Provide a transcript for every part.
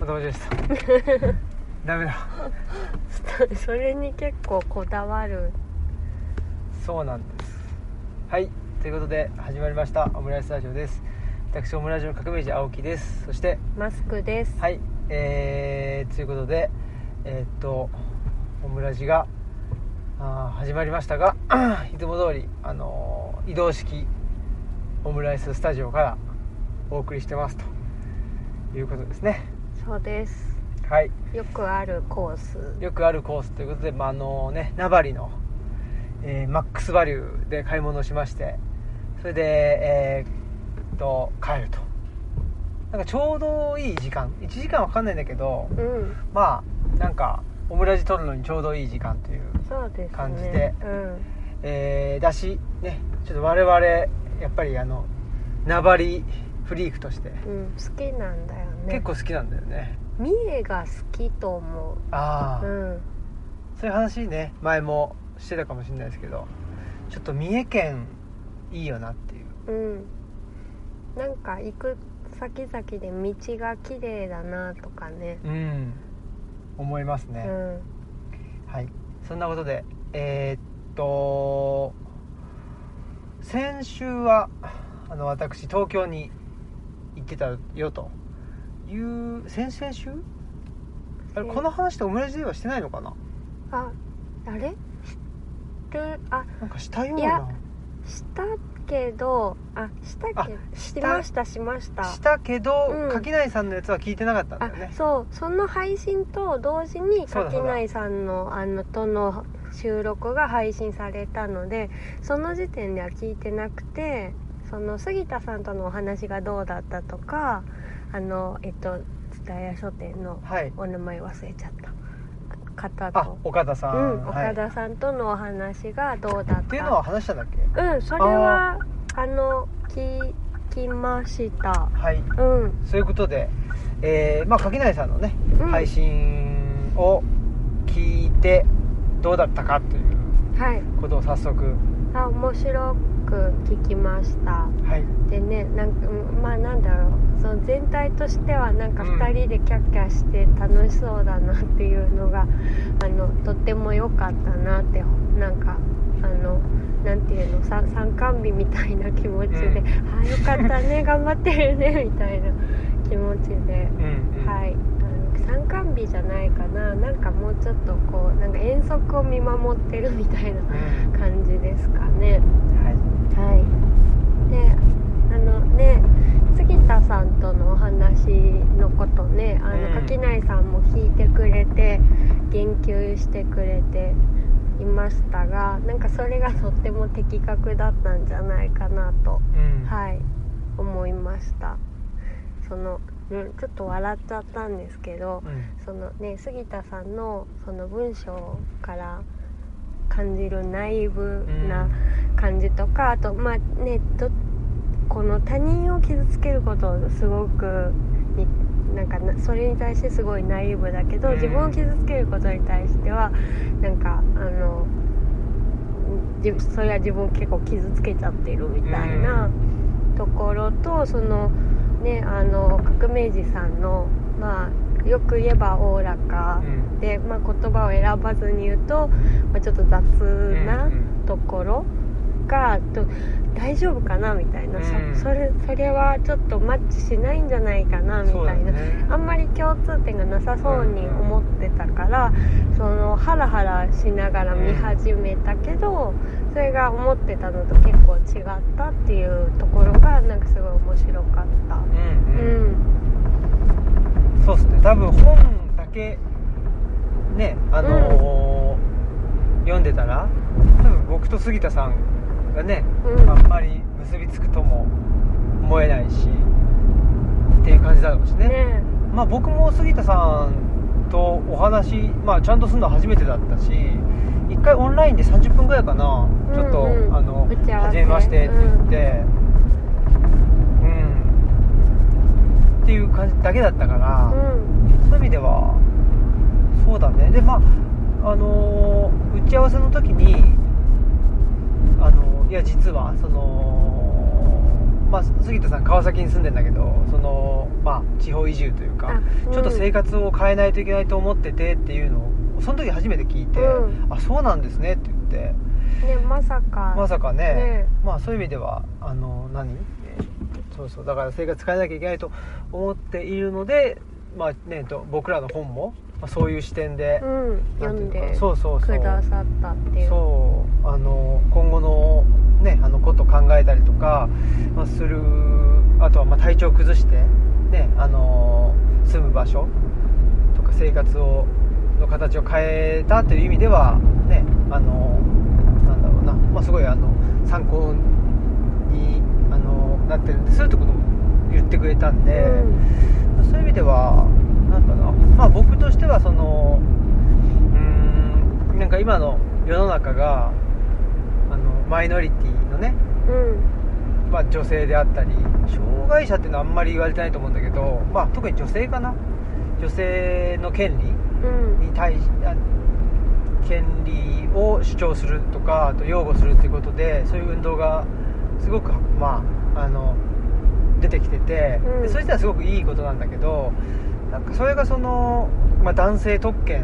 同じですダメだそれに結構こだわる。 そうなんです。はい、ということで始まりましたオムライスラジオです。私オムラジオの革命児青木です。そしてマスクです。 はい、ということでオムラジが始まりましたがいつも通り、移動式オムライススタジオからお送りしてますということですね。 そうです。 はい、 よくあるコースということで、名張の、マックスバリューで買い物をしまして、それで帰ると。なんかちょうどいい時間、1時間わかんないんだけど、なんかオムラジ撮るのにちょうどいい時間という感じで、だしね、ちょっと我々やっぱり名張フリークとして、 好きなんだよね。 結構好きなんだよね。 三重が好きと思う。 そういう話ね、前もしてたかもしれないですけど、ちょっと三重県いいよなっていう。 なんか行く先々で道が綺麗だなとかね。 思いますね。はい。そんなことで、先週は私東京に行ってたよという先々週？あれ、この話ってオムライスではしてないのかな？ あれ？ なんかしたような。 いや、したけど、しました。 したけど、垣内さんのやつは聞いてなかったんだよね。 その配信と同時に垣内さんのとの収録が配信されたので、その時点では聞いてなくて、その杉田さんとのお話がどうだったとか、蔦屋書店のお名前忘れちゃった方と、 岡田さん、 岡田さんとのお話がどうだったっていうのは話したんだっけ？ それは聞きました。 そういうことで、垣内さんのね、配信を聞いてどうだったかということを早速、 面白く聞きました。でね、なんだろう、その全体としてはなんか2人でキャッキャして楽しそうだなっていうのが、とっても良かったなって、なんかなんていうの、参観日みたいな気持ちで、よかったね頑張ってるねみたいな気持ちで、参観日じゃないかな、なんかもうちょっとこうなんか遠足を見守ってるみたいな感じですかね。で、杉田さんとのお話のことね、垣内さんも聞いてくれて言及してくれていましたが、なんかそれがとっても的確だったんじゃないかなと、思いました。ちょっと笑っちゃったんですけど、杉田さんのその文章から感じるナイーブな感じとか、あとこの他人を傷つけることをすごくなんかそれに対してすごいナイーブだけど、自分を傷つけることに対してはなんかそれは自分を結構傷つけちゃってるみたいなところと、革命児さんのよく言えばおおらかで、言葉を選ばずに言うと、ちょっと雑なところが大丈夫かなみたいな、それはちょっとマッチしないんじゃないかなみたいな、あんまり共通点がなさそうに思ってたから、ハラハラしながら見始めたけど、それが思ってたのと結構違ったっていうところがなんかすごい面白かった。 そうですね、多分本だけね、読んでたら多分僕と杉田さんがね、あんまり結びつくとも思えないしっていう感じだろうしね。僕も杉田さんとお話、ちゃんとするのは初めてだったし、一回オンラインで30分ぐらいかな、ちょっと初めましてって言って、っていう感じだけだったから、そういう意味ではそうだね。で打ち合わせの時にいや実は杉田さん川崎に住んでんだけど、地方移住というか、ちょっと生活を変えないといけないと思っててっていうのをその時初めて聞いて、あ、そうなんですねって言ってね、まさかね、そういう意味ではそうだから生活変えなきゃいけないと思っているので、僕らの本もそういう視点で、 読んでそうくださったっていう、 そう今後のねことを考えたりとか、する、あとは体調を崩してね住む場所とか生活の形を変えたという意味ではねすごい参考になってるんですってことも言ってくれたんで、そういう意味では僕としてはなんか今の世の中がマイノリティのね、女性であったり障害者っていうのはあんまり言われてないと思うんだけど、特に女性かな、女性の権利に権利を主張するとか、あと擁護するっていうことでそういう運動がすごく出てきてて、でそれ自体はすごくいいことなんだけど、なんかそれが男性特権、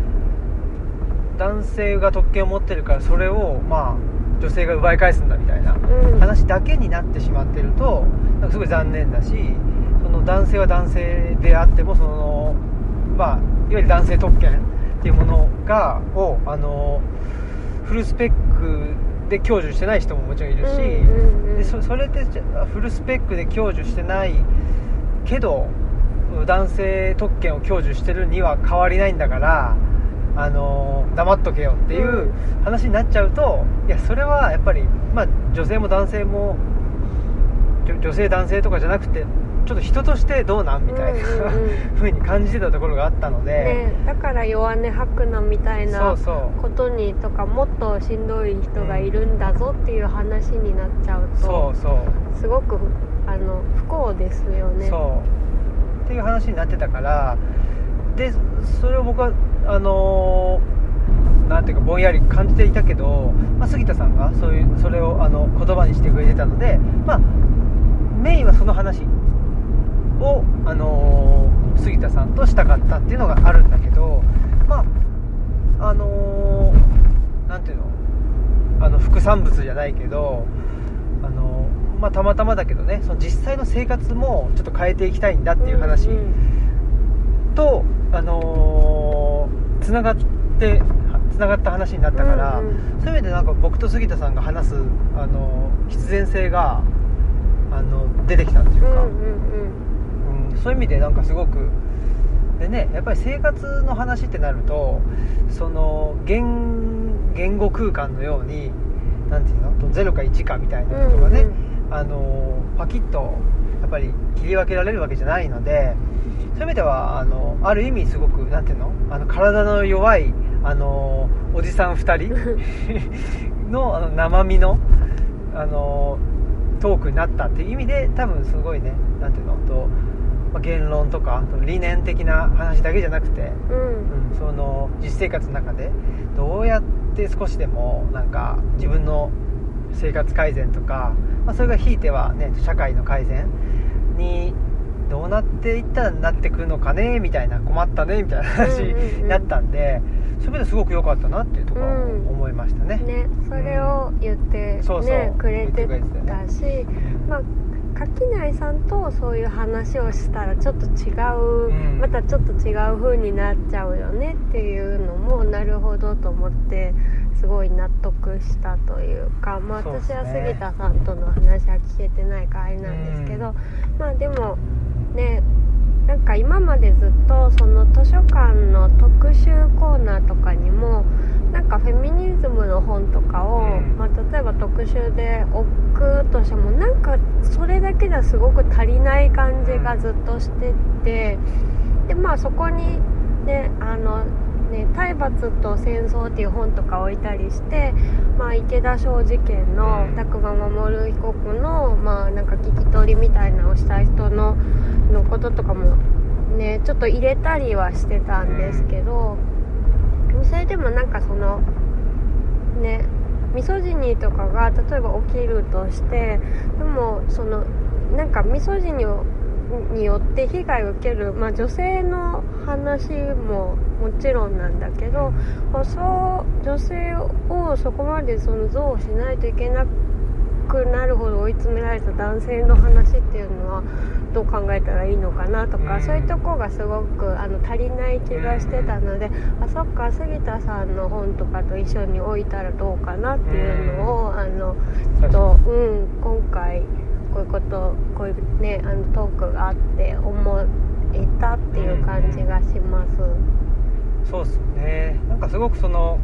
男性が特権を持ってるからそれを女性が奪い返すんだみたいな話だけになってしまってると、なんかすごい残念だし、その男性は男性であってもいわゆる男性特権っていうものをフルスペックで享受してない人ももちろんいるし、でそれでフルスペックで享受してないけど男性特権を享受してるには変わりないんだから黙っとけよっていう話になっちゃうと、いやそれはやっぱり、女性も男性も女性男性とかじゃなくてちょっと人としてどうなんみたいな風に感じてたところがあったので、 だから弱音吐くなみたいなことにとか、もっとしんどい人がいるんだぞっていう話になっちゃうと、すごく不幸ですよね。 っていう話になってたから、でそれを僕はなんていうかぼんやり感じていたけど、杉田さんがそれを言葉にしてくれてたので、メインはその話を杉田さんとしたかったっていうのがあるんだけど、なんていうの、副産物じゃないけどたまたまだけどね、その実際の生活もちょっと変えていきたいんだっていう話と、つながった話になったから、そういう意味でなんか僕と杉田さんが話す必然性が出てきたっていうか、そういう意味でなんかすごくでね、やっぱり生活の話ってなるとその言語空間のようになんていうの0か1かみたいなことがね、パキッとやっぱり切り分けられるわけじゃないので、そういう意味ではある意味すごくなんていうの体の弱いおじさん2人の生身のトークになったっていう意味で、多分すごいね、なんていうの言論とか理念的な話だけじゃなくて、その実生活の中でどうやって少しでもなんか自分の生活改善とか、それがひいてはね社会の改善にどうなっていったらなってくるのかねみたいな、困ったねみたいな話になったんで、それですごく良かったなっていうところを思いましたね。 それを言ってくれてたし、垣内さんとそういう話をしたらちょっと違う、またちょっと違う風になっちゃうよねっていうのもなるほどと思って、すごい納得したというか、私は杉田さんとの話は聞けてないからあれなんですけど、でもね、なんか今までずっとその図書館の特集コーナーとかにもなんかフェミニズムの本とかを、例えば特集で置くとしても、なんかそれだけじゃすごく足りない感じがずっとしてて、でそこにね体罰と戦争っていう本とか置いたりして、池田翔事件の宅間守被告のなんか聞き取りみたいなのをした人のこととかもねちょっと入れたりはしてたんですけど、それでもなんかそのねミソジニーとかが例えば起きるとして、でもなんかミソジニーによって被害を受ける、女性の話ももちろんなんだけど、女性をそこまで憎悪しないといけなくなるほど追い詰められた男性の話っていうのはどう考えたらいいのかなとか、そういうとこがすごく足りない気がしてたので、そっか、杉田さんの本とかと一緒に置いたらどうかなっていうのをちょっと、今回こういうねトークがあって思えたっていう感じがします。 そうっすね。なんかすごく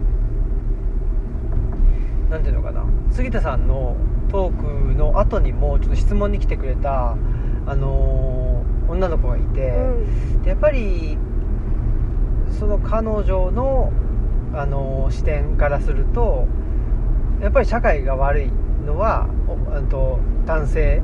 なんていうのかな、杉田さんのトークの後にもちょっと質問に来てくれた女の子がいて、でやっぱりその彼女の視点からすると、やっぱり社会が悪いのは男性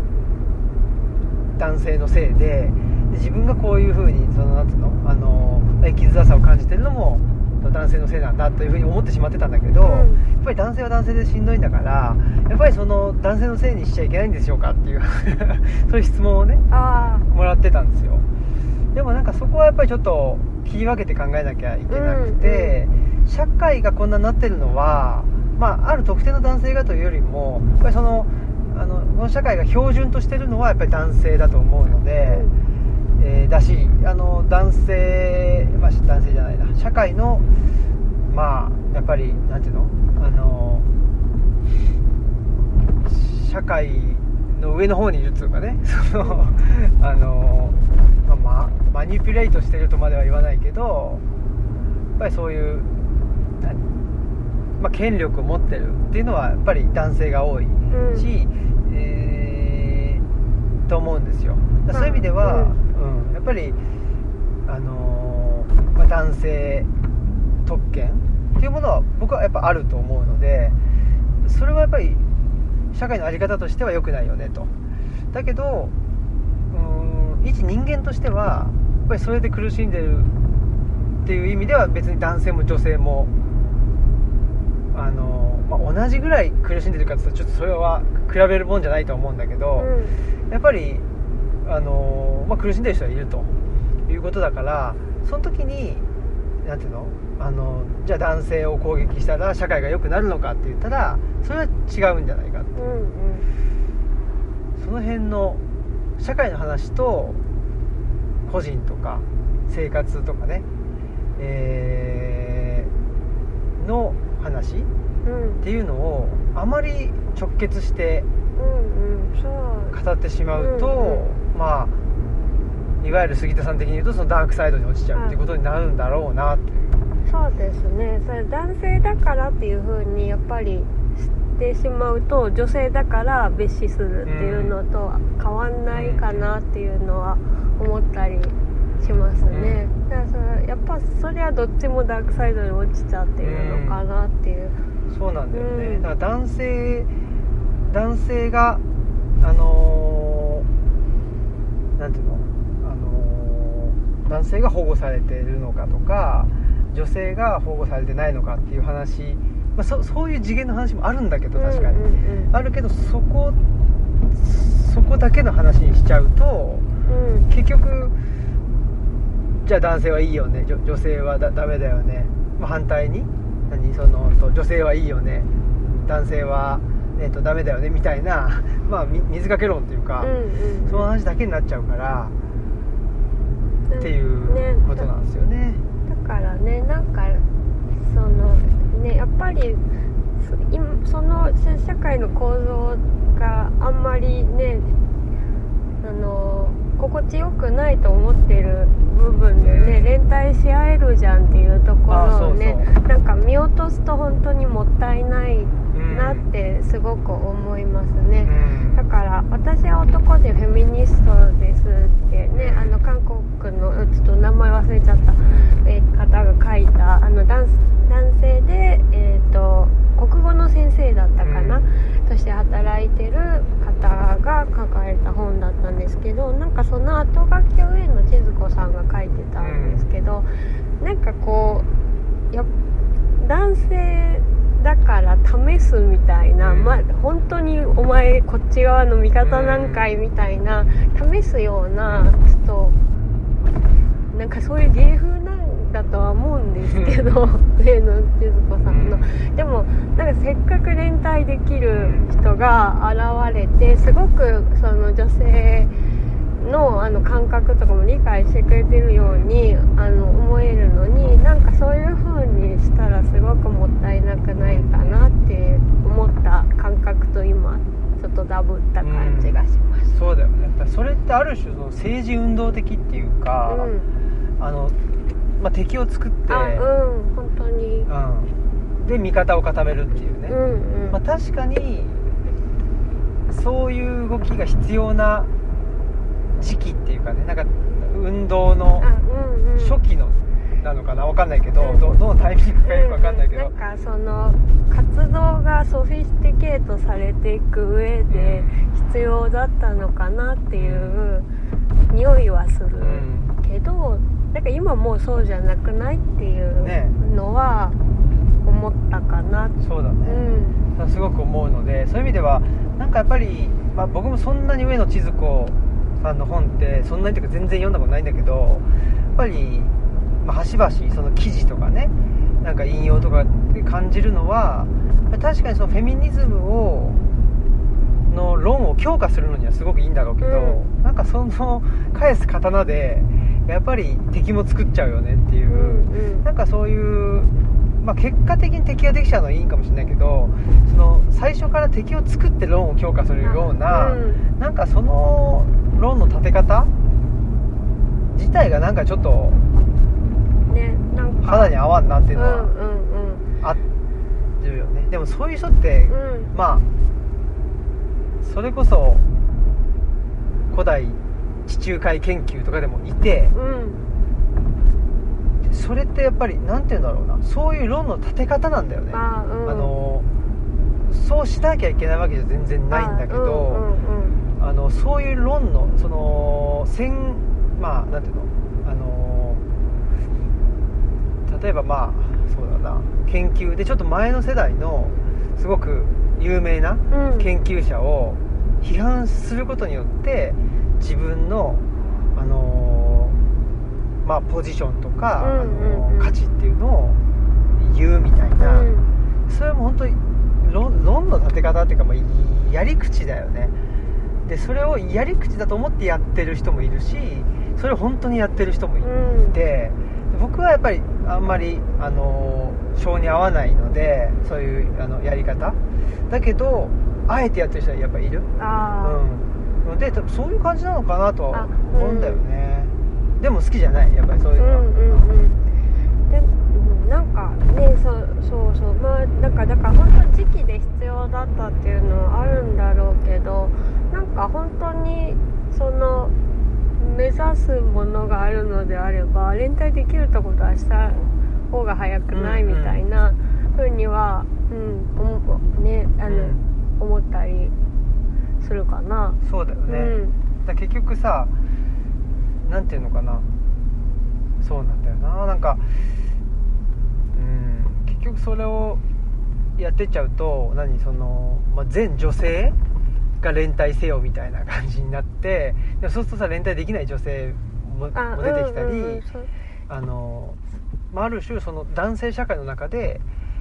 のせいで、自分がこういう風になんつうの生きづらさを感じてるのも男性のせいなんだという風に思ってしまってたんだけど、やっぱり男性は男性でしんどいんだから、やっぱりその男性のせいにしちゃいけないんでしょうかっていうそういう質問をねもらってたんですよ。でもなんかそこはやっぱりちょっと切り分けて考えなきゃいけなくて、社会がこんなになってるのは、ある特定の男性がというよりも、やっぱりこの社会が標準としてるのはやっぱり男性だと思うので、だし男性じゃないな、社会のやっぱりなんていうの社会の上の方にいるっていうかね、マニピュレートしてるとまでは言わないけど、やっぱりそういう権力を持ってるっていうのはやっぱり男性が多いし、と思うんですよ。そういう意味では、やっぱり男性特権っていうものは僕はやっぱあると思うので、それはやっぱり社会の在り方としては良くないよねと。だけど一人間としてはやっぱりそれで苦しんでるっていう意味では、別に男性も女性も同じぐらい苦しんでるかって言ったらちょっとそれは比べるもんじゃないと思うんだけど、やっぱり苦しんでる人はいるということだから、その時になんていうのじゃあ男性を攻撃したら社会が良くなるのかって言ったら、それは違うんじゃないかって、その辺の社会の話と個人とか生活とかね、の話っていうのをあまり直結して語ってしまうと、いわゆる杉田さん的に言うとそのダークサイドに落ちちゃうっていうことになるんだろうなっていう。 そうですね。それ男性だからっていう風にやっぱりしてしまうと、女性だから蔑視するっていうのと変わんないかなっていうのは思ったりしますね。だからやっぱそれはどっちもダークサイドに落ちちゃっているのかなっていう。 そうなんだよね。だから男性がなんていうの男性が保護されているのかとか、女性が保護されてないのかっていう話、そういう次元の話もあるんだけど、確かに、あるけど、そこだけの話にしちゃうと、結局じゃあ男性はいいよね、女性はダメだよね、反対に女性はいいよね、男性は、ダメだよねみたいな、水かけ論というか、その話だけになっちゃうからっていうことなんですよね。 だからね、なんかやっぱりその社会の構造があんまりね心地よくないと思ってる部分でね、連帯し合えるじゃんっていうところをね、なんか見落とすと本当にもったいないなってすごく思いますね。だから私は男でフェミニストですってね、韓国のちょっと名前忘れちゃった方が書いた男性で国語の先生だったかな、として働いてる方が書かれた本だったんですけど、なんかその後書きを上野千鶴子さんが書いてたんですけど、なんかこう男性だだから試すみたいな、本当にお前こっち側の味方なんかいみたいな、試すようなちょっとなんかそういう芸風なんだとは思うんですけど例の千鶴子さんの、でもなんかせっかく連帯できる人が現れて、すごくその女性の感覚とかも理解してくれてるように思えるのに、なんかそういう風にしたらすごくもったいなくないかなって思った感覚と今ちょっとダブった感じがします。 そうだよね。やっぱそれってある種その政治運動的っていうか、敵を作って本当に、 で味方を固めるっていうね、確かにそういう動きが必要な時期っていうかね、なんか運動の初期のなのかな、分かんないけど、どのタイミングかよく分かんないけど、 なんかその活動がソフィスティケートされていく上で必要だったのかなっていう匂いはするけど、なんか今もうそうじゃなくないっていうのは思ったかな。 そうだね、すごく思うので、そういう意味ではなんかやっぱり、僕もそんなに上野千鶴子さんの本ってそんなにというか全然読んだことないんだけど、やっぱり、端々その記事とかね、なんか引用とかで感じるのは、確かにそのフェミニズムの論を強化するのにはすごくいいんだろうけど、なんかその返す刀でやっぱり敵も作っちゃうよねっていう、なんかそういう、結果的に敵ができちゃうのはいいかもしれないけど、その最初から敵を作って論を強化するような、なんかその論の立て方自体がなんかちょっとなんか肌に合わんなっていうのはあるよね。でもそういう人って、それこそ古代地中海研究とかでもいて、それってやっぱりなんていうんだろうな、そういう論の立て方なんだよね。そうしなきゃいけないわけじゃ全然ないんだけど、そういう論のそのなんていうの、例えばそうだな、研究でちょっと前の世代のすごく有名な研究者を批判することによって自分のポジションとか、価値っていうのを言うみたいな、それも本当に論の立て方っていうか、やり口だよね。でそれをやり口だと思ってやってる人もいるし、それを本当にやってる人もいて、僕はやっぱりあんまり性に合わないので、そういうやり方だけどあえてやってる人はやっぱりいる。でそういう感じなのかなとは思うんだよね。でも好きじゃない、やっぱりそういうのは。 でなんかね、そうなんかだから本当時期で必要だったっていうのはあるんだろうけど、なんか本当にその目指すものがあるのであれば連帯できるとことはした方が早くないみたいな風には、思ったりするかな。 そうだよね、だ結局さ、なんていうのかな、そうなんだよな、なんか結局それをやってっちゃうと全女性が連帯せよみたいな感じになって、でもそうするとさ、連帯できない女性も出てきたり、ある種その男性社会の中で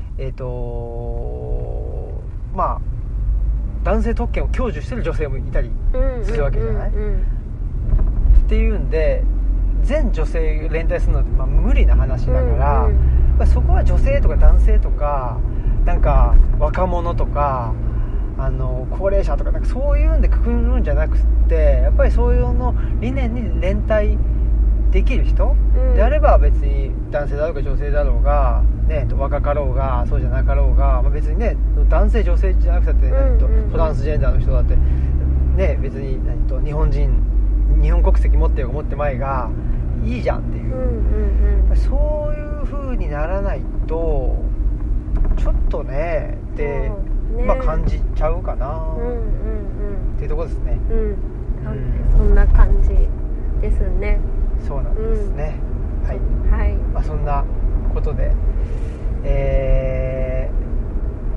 男性特権を享受してる女性もいたりするわけじゃない、っていうんで全女性連帯するのって無理な話だから、そこは女性とか男性とかなんか若者とか高齢者とかなんかそういうんでくくるんじゃなくて、やっぱりそういうの理念に連帯できる人、であれば別に男性だろうが女性だろうが、若かろうがそうじゃなかろうが、別にね、男性女性じゃなくたって、トランスジェンダーの人だって別に日本国籍持ってようが持ってまいがいいじゃんっていう、そういう風にならないとちょっとねって感じちゃうかな、っていうところですね。 そんな感じですね。 そうなんですね。はい。そんなことで、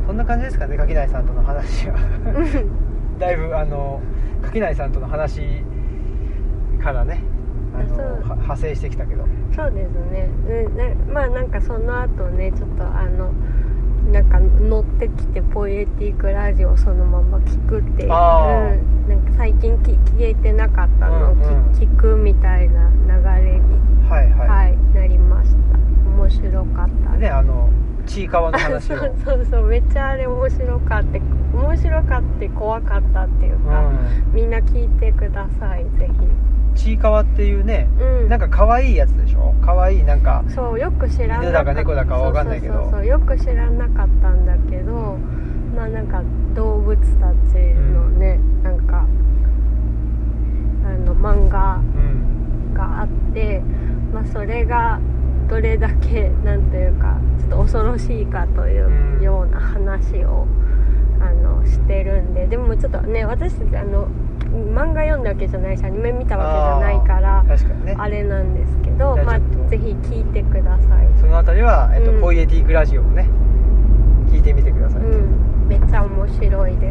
そんな感じですかね、垣内さんとの話はだいぶ垣内さんとの話からね派生してきたけど、 そうですね、まあなんかその後ねちょっとなんか乗ってきてポエティックラジオをそのまま聞くっていう、なんか最近聞けてなかったのを聞くみたいな流れに、なりました。面白かったね、ちいかわの話をそうめっちゃあれ面白かって怖かったっていうか、みんな聞いてくださいぜひ。 ちいかわっていうね、なんか可愛いやつでしょ。可愛いなんかそうよく知らなかった。 犬だか猫だかわかんないけど、 そうよく知らなかったんだけど、まあなんか動物たちのね、なんか漫画があって、まあそれがどれだけなんというかちょっと恐ろしいかというような話をしてるんで、でもちょっとね私たち漫画読んだわけじゃないしアニメ見たわけじゃないから あれなんですけど、まあぜひ聞いてください。 そのあたりは、ポイエティックラジオをね聞いてみてください。 めっちゃ面白いです。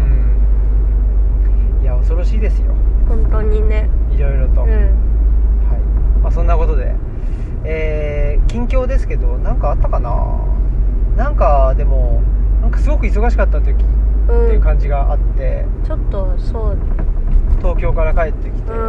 いや恐ろしいですよ本当にね、 いろいろと、まあ、そんなことで、近況ですけどなんかあったかな。なんかでもなんかすごく忙しかった時っていう感じがあって、 ちょっとそう東京から帰ってきて、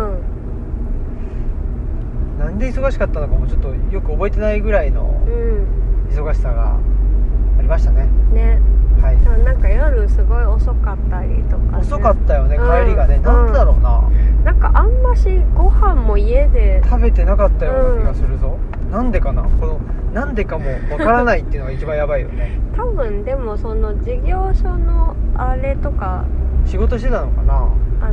なんで忙しかったのかもちょっとよく覚えてないぐらいの忙しさがありましたね。でもなんか夜すごい遅かったりとか、ね、 遅かったよね、帰りがね、なんでだろうな、 なんかあんましご飯も家で食べてなかったような気がするぞ、なんでかな、このなんでかもわからないっていうのが一番やばいよね多分でもその事業所のあれとか仕事してたのかな、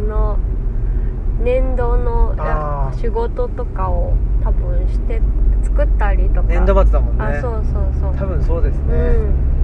年度の仕事とかを多分して作ったりとか、 年度末だもんね、 そう多分そうですね、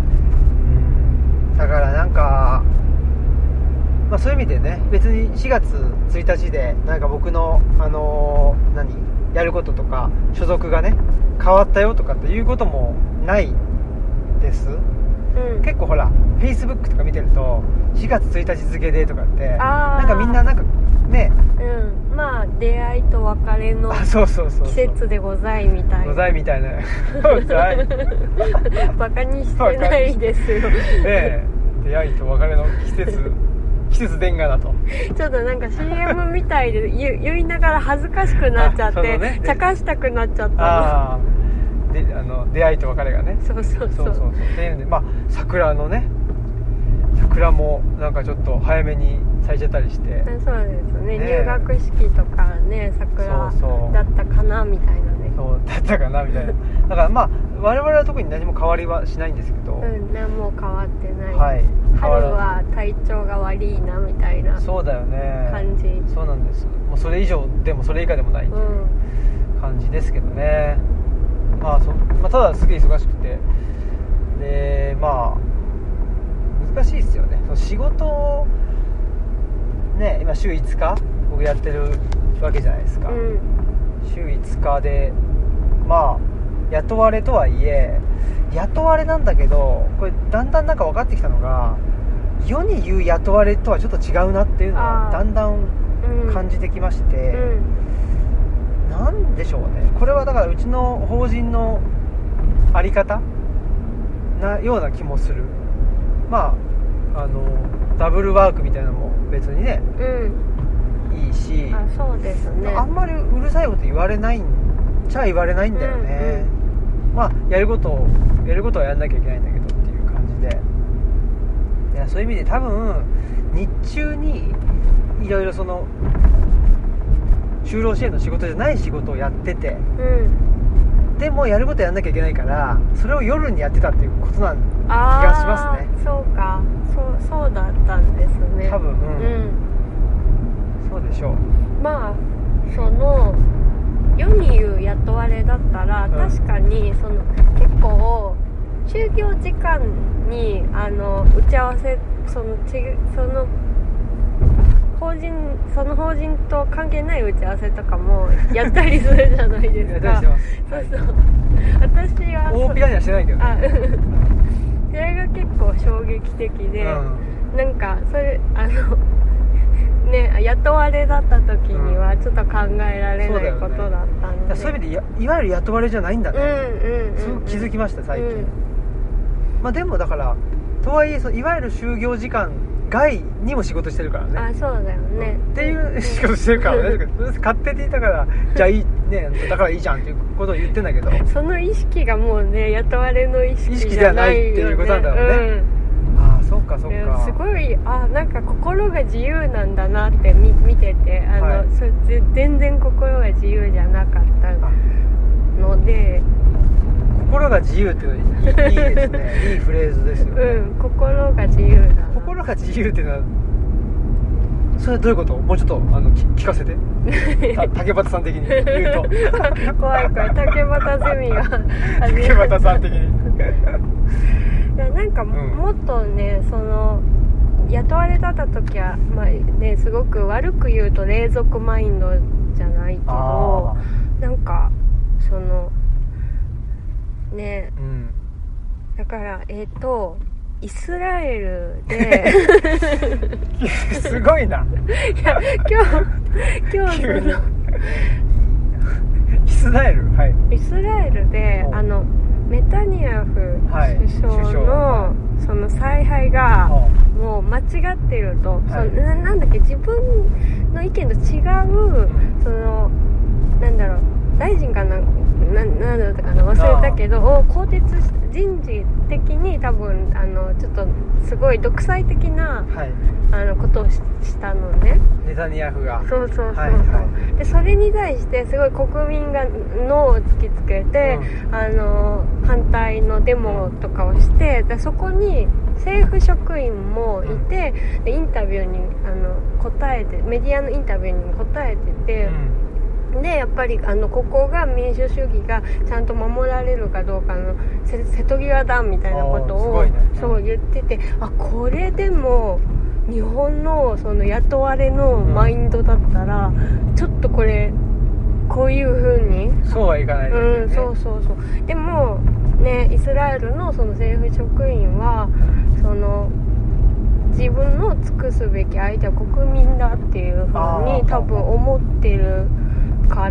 だからなんか、まあ、そういう意味でね別に4月1日でなんか僕のやることとか所属がね変わったよとかっていうこともないです、結構ほら Facebook とか見てると4月1日付でとかってなんかみんななんかね、 まあ出会いと別れの季節でございみたいなございみたいなバカにしてないですよね、出会いと別れの季節伝がだとちょっとなんか CM みたいで言いながら恥ずかしくなっちゃって、ね、茶化したくなっちゃったので出会いと別れがねそうっていうんで、まあ桜のね桜もなんかちょっと早めに咲いちゃったりして、 そうですね、入学式とかね桜だったかなみたいなね、 そうだったかなみたいなだからまあ我々は特に何も変わりはしないんですけど、 何も変わってない、春は体調が悪いなみたいなそうだよね感じ、 そうなんです、もうそれ以上でもそれ以下でもないっていう感じですけどね、まあただすげえ忙しくて、でまあ難しいですよね、その仕事をね今週5日僕やってるわけじゃないですか、週5日でまあ雇われとはいえ雇われなんだけど、これだんだんなんか分かってきたのが世に言う雇われとはちょっと違うなっていうのをだんだん感じてきまして、なんでしょうね、これはだからうちの法人のあり方なような気もする。まあダブルワークみたいなのも別にね、いいし、 そうですね、 あんまりうるさいこと言われないんちゃ言われないんだよね、まあやることはやんなきゃいけないんだけどっていう感じで、いやそういう意味で多分日中にいろいろその就労支援の仕事じゃない仕事をやってて、でもやることやんなきゃいけないからそれを夜にやってたっていうことなん気がしますね。 そうか、そうだったんですね多分、そうでしょう。 まあその世に言う雇われだったら、確かにその結構就業時間に打ち合わせその法人と関係ない打ち合わせとかもやったりするじゃないですかやったりしてますそう私は大っぴらにはしてないけどねそれが結構衝撃的で、なんかそれね、雇われだった時にはちょっと考えられないことだったんで、 そういう意味で いわゆる雇われじゃないんだね、すごく気づきました最近、まあでもだからとはいえいわゆる就業時間外にも仕事してるからね。 あ、そうだよね、 っていう仕事してるからね勝手にだからじゃあいいね、だからいいじゃんっていうことを言ってんだけど、 その意識がもうね雇われの意識じゃないよね、 意識じゃないっていうことなんだろうね、ああそうかそうか、すごいなんか心が自由なんだなって見ててそれ全然心が自由じゃなかったので、 心が自由っていうのはいいですねいいフレーズですよね、 心が自由だな。 心が自由っていうのはそれはどういうこと？もうちょっと聞かせて竹俣さん的に言うと怖い竹俣ゼミが竹俣さん的にいやなんかもっとねその雇われだった時は、まあね、すごく悪く言うと隷属マインドじゃないけど、なんかそのね、だからイスラエルですごいな。 いや今日イスラエル、はい、 イスラエルでネタニヤフ首相のその采配がもう間違ってると、なんだっけ、自分の意見と違うそのなんだろう大臣かなんだったかな忘れたけどを更迭し人事的に多分ちょっとすごい独裁的な、ことをしたのね、 ネタニヤフが。 そう、でそれに対してすごい国民がノーを突きつけて、反対のデモとかをして、でそこに政府職員もいて、でインタビューに答えて、メディアのインタビューにも答えてて、でやっぱりここが民主主義がちゃんと守られるかどうかの瀬戸際だみたいなことを、そう言ってて、これでも日本のその雇われのマインドだったら、ちょっとこういう風にそうはいかないですね、 そうでもね、イスラエルのその政府職員はその自分の尽くすべき相手は国民だっていう風に多分思ってるから、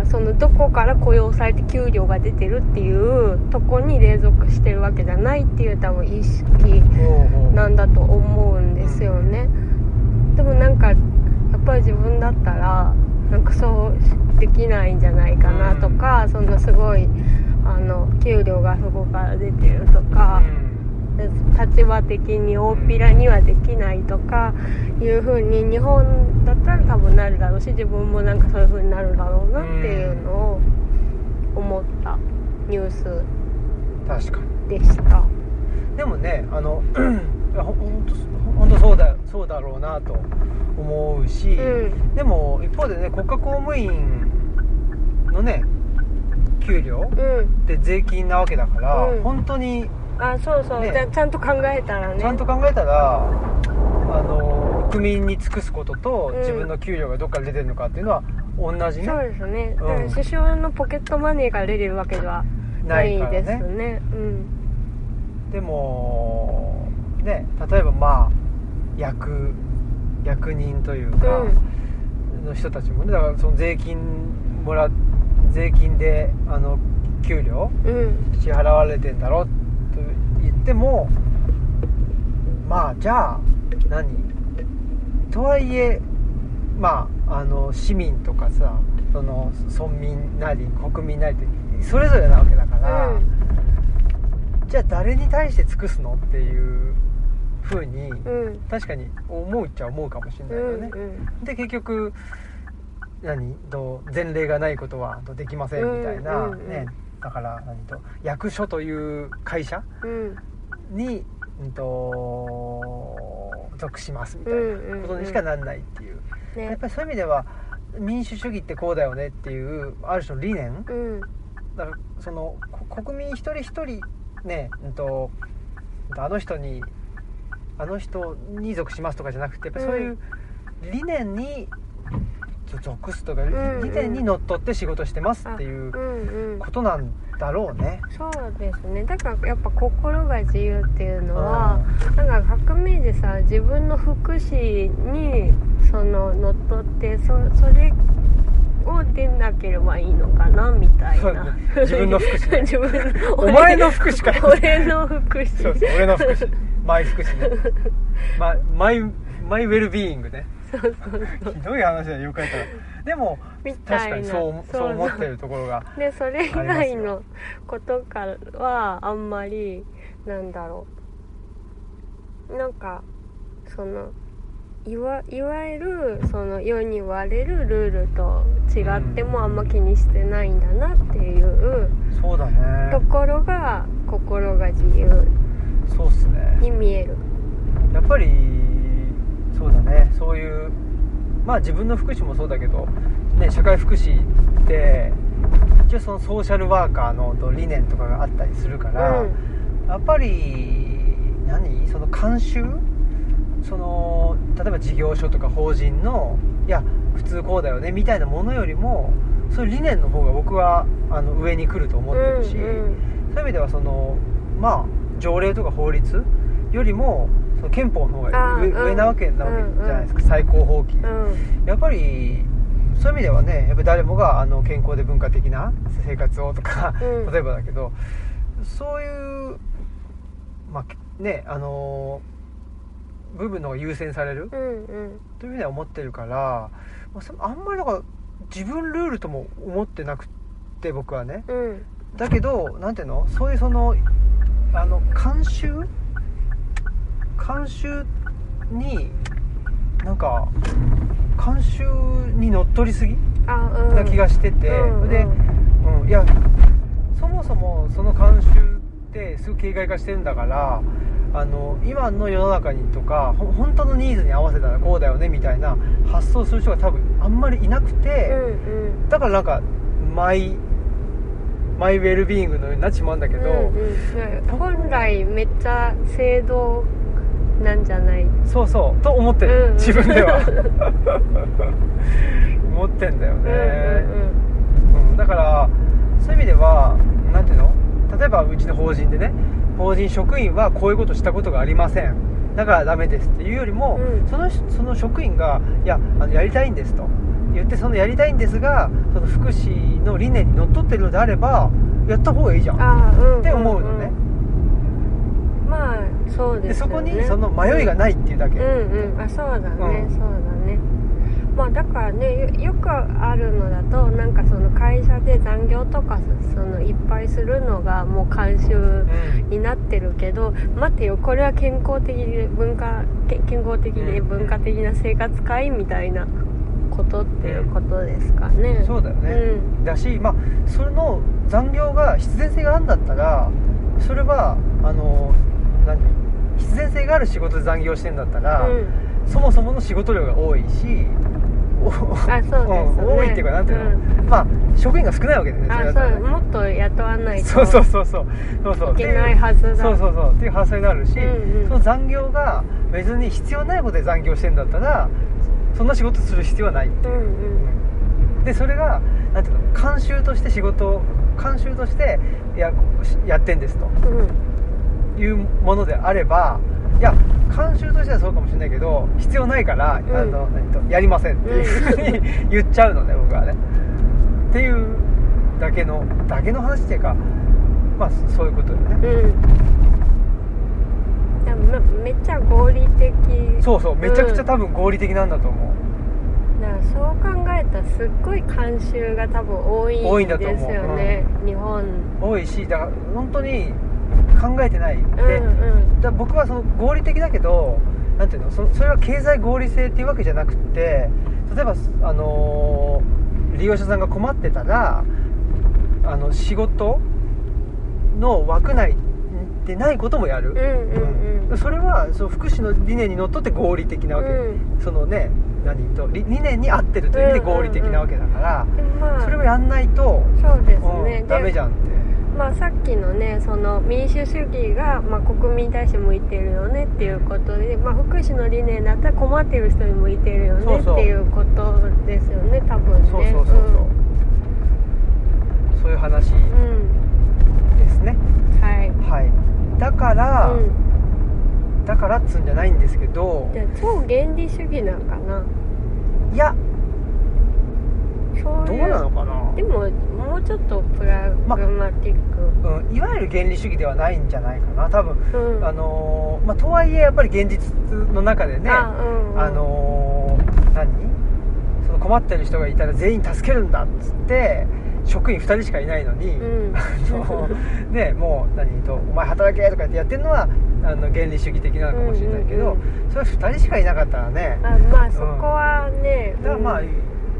そのどこから雇用されて給料が出てるっていうとこに隷属してるわけじゃないっていう多分意識なんだと思うんですよね。でもなんかやっぱり自分だったらなんかそうできないんじゃないかなとか、そんなすごい給料がそこから出てるとか、立場的に大っぴらにはできないとかいう風に日本だったら多分なるだろうし、自分もなんかそういう風になるだろうなっていうのを思ったニュースでした。 でもね本当そうだろうなと思うし、でも一方でね、国家公務員のね給料って税金なわけだから、本当にそう、ね、ちゃんと考えたらね、 ちゃんと考えたら国民に尽くすことと、自分の給料がどっから出てるのかっていうのは同じね。 そうですね、だから首相のポケットマネーから出てるわけではないですね。 でもね、例えば役人というか、の人たちもね、だからその税金で給料、支払われてんだろと言っても、じゃあ何とはいえ市民とかさ、その村民なり国民なりってそれぞれなわけだから、じゃあ誰に対して尽くすのっていう風に、確かに思うっちゃ思うかもしれないよね。で結局前例がないことはできませんみたいな、だから役所という会社に、属しますみたいなことにしかならないっていう、やっぱりそういう意味では民主主義ってこうだよねっていうある種の理念、だからその国民一人一人ね、あの人に属しますとかじゃなくて、やっぱりそういう理念に属すとか、 ん理念にのっとって仕事してますっていうことなんだろうね。 そうですね。だからやっぱ心が自由っていうのは、なんか革命児さ自分の福祉にのっとってそれを出なければいいのかなみたいな。 自分の福祉、ね、 自分のお前の福祉か。 俺の福祉。 そう俺の福祉、マイ福祉ね。マイウェルビーイングね。 そうひどい話だよ、よく書いたら。でも確かにそう思ってるところがでそれ以外のことからはあんまりなんだろう、なんかいわゆる世に言われるルールと違ってもあんま気にしてないんだなっていうそうだねところが心が自由そうっすねに見える。 やっぱりそうだね、そういうまあ自分の福祉もそうだけど、ね、社会福祉って一応そのソーシャルワーカーの理念とかがあったりするから、やっぱりその慣習、例えば事業所とか法人のいや普通こうだよねみたいなものよりもそういう理念の方が僕は上に来ると思ってるし、そういう意味ではまあ条例とか法律よりもその憲法の方が上なわけじゃないですか、最高法規、やっぱりそういう意味ではね、やっぱり誰もが健康で文化的な生活をとか、例えばだけどそういうまあね部分の方が優先される、というふうには思ってるから、あんまりだから自分ルールとも思ってなくて僕はね、だけどなんていうの、そういう慣習になんか慣習にのっとりすぎな気がしてて、で、いやそもそもその慣習ってすごく形骸化してるんだから、今の世の中にとか本当のニーズに合わせたらこうだよねみたいな発想する人が多分あんまりいなくて、だからなんかマイウェルビーイングのようになっちまうんだけど、 本来めっちゃ制度なんじゃない、 そうと思ってる、自分では思ってんだよね、だからそういう意味ではなんていうの、例えばうちの法人でね、法人職員はこういうことしたことがありませんだからダメですっていうよりも、その職員がいややりたいんですと言って、そのやりたいんですがその福祉の理念にのっとってるのであればやった方がいいじゃんって思うのね。まあそうですよね。でそこにその迷いがないっていうだけ。そうだね、そうだね。まあだからね、よくあるのだとなんかその会社で残業とかいっぱいするのがもう慣習になってるけど、待てよこれは健康的で文化的な生活かいみたいなことっていうことですかね。そうだよね、だし、まあそれの残業が必然性があるんだったら、それは必然性がある仕事で残業してるんだったら、そもそもの仕事量が多いし、そうですね、多いっていうかなんていうの、まあ職員が少ないわけですね。もっと雇わないといけないはずだ。っていう発想になるし、その残業が別に必要ないことで残業してるんだったらそんな仕事する必要はないっていう、でそれがなんていうの、慣習としてやってんですと、いうものであれば、いや慣習としてはそうかもしれないけど必要ないから、やりませんっていうふうに言っちゃうのね、僕はね。っていうだけの話っていうか、まあそういうことよね。めっちゃ合理的。そうめちゃくちゃ多分合理的なんだと思う。だからそう考えたらすっごい慣習が多分多いんですよね、日本。多いし、だから本当に考えてないで、だ僕はその合理的だけど、なんていうの、それは経済合理性っていうわけじゃなくて、例えば利用者さんが困ってたら仕事の枠内でないこともやる、それはその福祉の理念にのっとって合理的なわけ、そのね理念に合ってるという意味で合理的なわけだから、それをやんないとダメじゃんって。 まあ、さっきのねその民主主義が、まあ、国民に対して向いてるよねっていうことで、まあ、福祉の理念だったら困ってる人に向いてるよねそうそうっていうことですよね多分ね。 そうそうそうそう、そういう話ですね、 はいはい。だからうんだからっつうんじゃないんですけど、 じゃあ超原理主義なんかな。 いやそういうどうなのかな。 でももうちょっとプラグマティック、 いわゆる原理主義ではないんじゃないかな多分、 うんまあ、とはいえやっぱり現実の中でね、 うんうん、 その困ってる人がいたら全員助けるんだっつって職員2人しかいないのに、 うんね、もうお前働けとか言ってやってるのは原理主義的なのかもしれないけど、それは2人しかいなかったらね、 まあそこはね、 だからまあ、ね、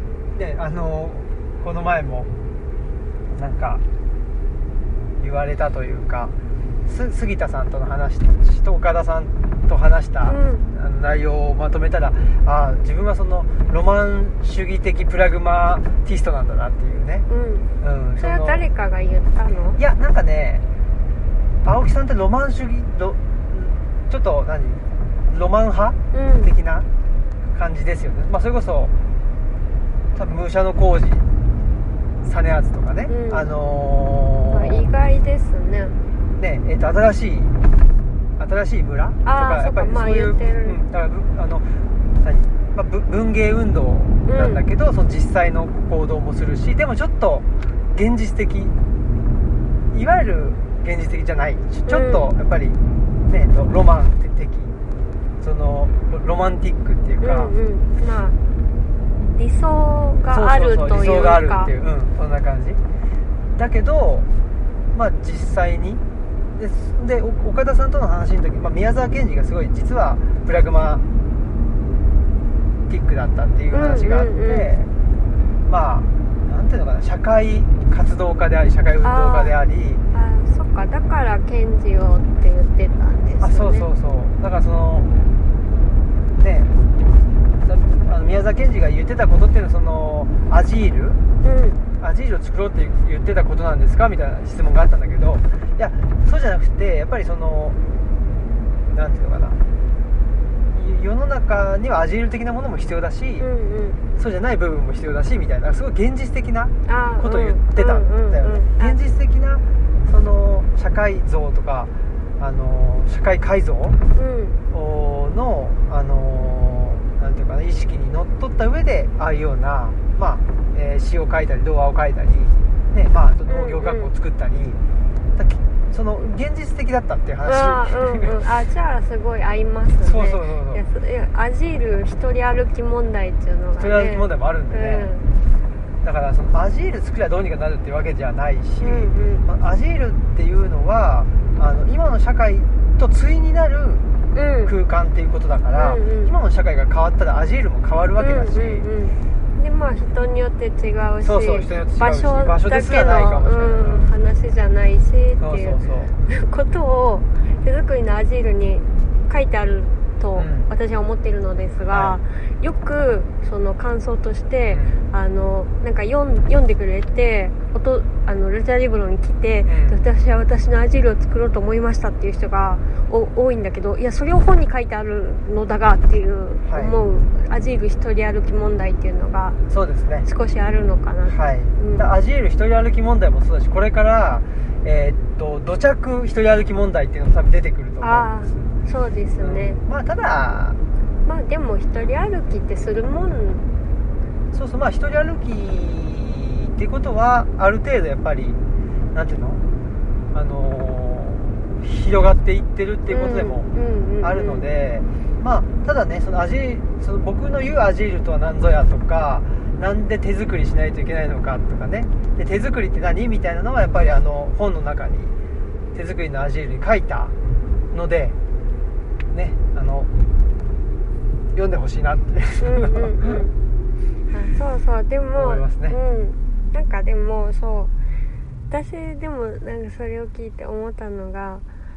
この前もなんか言われたというか、杉田さんとの話と岡田さんと話した、内容をまとめたら、自分はそのロマン主義的プラグマティストなんだなっていうね、 それは誰かが言ったの？ いやなんかね、青木さんってロマン主義ちょっとロマン派、的な感じですよね。まあそれこそ多分武者の工事実篤とかね、 まあ、意外ですね。 新しい村とかやっぱりそういう、だから文芸運動なんだけど、その実際の行動もするし、でもちょっと現実的、いわゆる現実的じゃない、ちょっとやっぱりね、ロマン的、そのロマンティックっていうか、 まあ理想があるというか、 理想があるっていう、そんな感じだけど、まあ実際にで岡田さんとの話の時、宮沢賢治がすごい実はプラグマティックだったっていう話があって、まあなんていうのかな、社会活動家であり社会運動家であり、 そっか、だから賢治をって言ってたんですね。 そうだからそのね、宮沢賢治が言ってたことっていうのは、そのアジールを作ろうって言ってたことなんですかみたいな質問があったんだけど、いやそうじゃなくて、やっぱりそのなんていうのかな、世の中にはアジール的なものも必要だし、そうじゃない部分も必要だしみたいな、すごい現実的なことを言ってたんだよね。現実的なその社会像とか社会改造のなんていうかな、意識にのっとった上でああいうような、詩を書いたり童話を書いたり、ね、あと農業学校を作ったり、その現実的だったっていう話。 じゃあすごい合いますね。 そうアジール一人歩き問題っていうのがね、 一人歩き問題もあるんでね、だからそのアジール作りゃどうにかなるっていうわけじゃないし、アジールっていうのは今の社会と対になる空間っていうことだから、今の社会が変わったらアジールも変わるわけだし、 で人によって違うし、 人によって違うし、 場所だけの話じゃないしっていうことを手作りのアジールに書いてあると私は思っているのですが、よくその感想として、なんか読んでくれてレターリブロに来て、私は私のアジールを作ろうと思いましたっていう人が多いんだけど、いやそれを本に書いてあるのだがっていう思う、アジール一人歩き問題っていうのが少しあるのかな。 アジール一人歩き問題もそうだし、これから土着一人歩き問題っていうのも多分出てくると思うんです。 そうですね、 ただでも一人歩きってするもん。 一人歩きっていうことはある程度やっぱりなんていうの、広がっていってるっていうことでもあるので、ただね、その僕の言うアジールとは何ぞやとか、なんで手作りしないといけないのかとかね、で手作りって何みたいなのはやっぱり本の中に手作りのアジールに書いたのでね、読んでほしいなってそうでも思いますね。 なんかでもそう、私でもなんかそれを聞いて思ったのが、